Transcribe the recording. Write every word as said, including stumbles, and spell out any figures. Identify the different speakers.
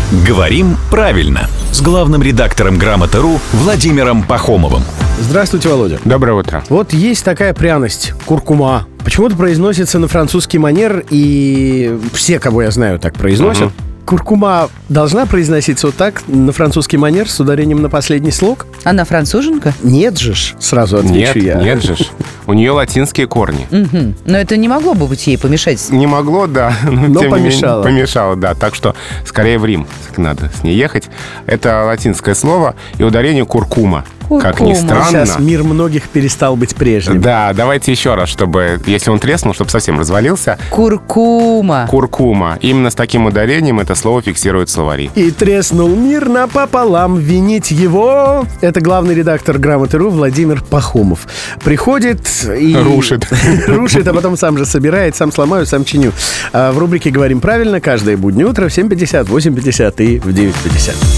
Speaker 1: Говорим правильно с главным редактором Грамоты.ру Владимиром Пахомовым.
Speaker 2: Здравствуйте, Володя.
Speaker 3: Доброе утро.
Speaker 2: Вот есть такая пряность – куркума. Почему-то произносится на французский манер, и все, кого я знаю, так произносят. Угу. Куркума должна произноситься вот так, на французский манер, с ударением на последний слог?
Speaker 4: Она француженка?
Speaker 2: Нет же ж, сразу отвечу
Speaker 3: нет,
Speaker 2: я.
Speaker 3: Нет же ж. У нее латинские корни.
Speaker 4: Угу. Но это не могло бы быть ей помешать?
Speaker 3: Не могло, да. Но,
Speaker 2: но
Speaker 3: тем
Speaker 2: помешало.
Speaker 3: Не менее, помешало, да. Так что скорее в Рим надо с ней ехать. Это латинское слово и ударение куркума.
Speaker 4: Куркума.
Speaker 3: Как ни странно.
Speaker 2: Сейчас мир многих перестал быть прежним.
Speaker 3: Да, давайте еще раз, чтобы, если он треснул, чтобы совсем развалился.
Speaker 4: Куркума.
Speaker 3: Куркума. Именно с таким ударением это слово фиксирует словари.
Speaker 2: И треснул мир напополам, винить его. Это главный редактор Грамоты.ру Владимир Пахомов. Приходит и...
Speaker 3: Рушит.
Speaker 2: Рушит, а потом сам же собирает, сам сломаю, сам чиню. В рубрике «Говорим правильно» каждое буднее утро в семь пятьдесят, восемь пятьдесят и в девять пятьдесят.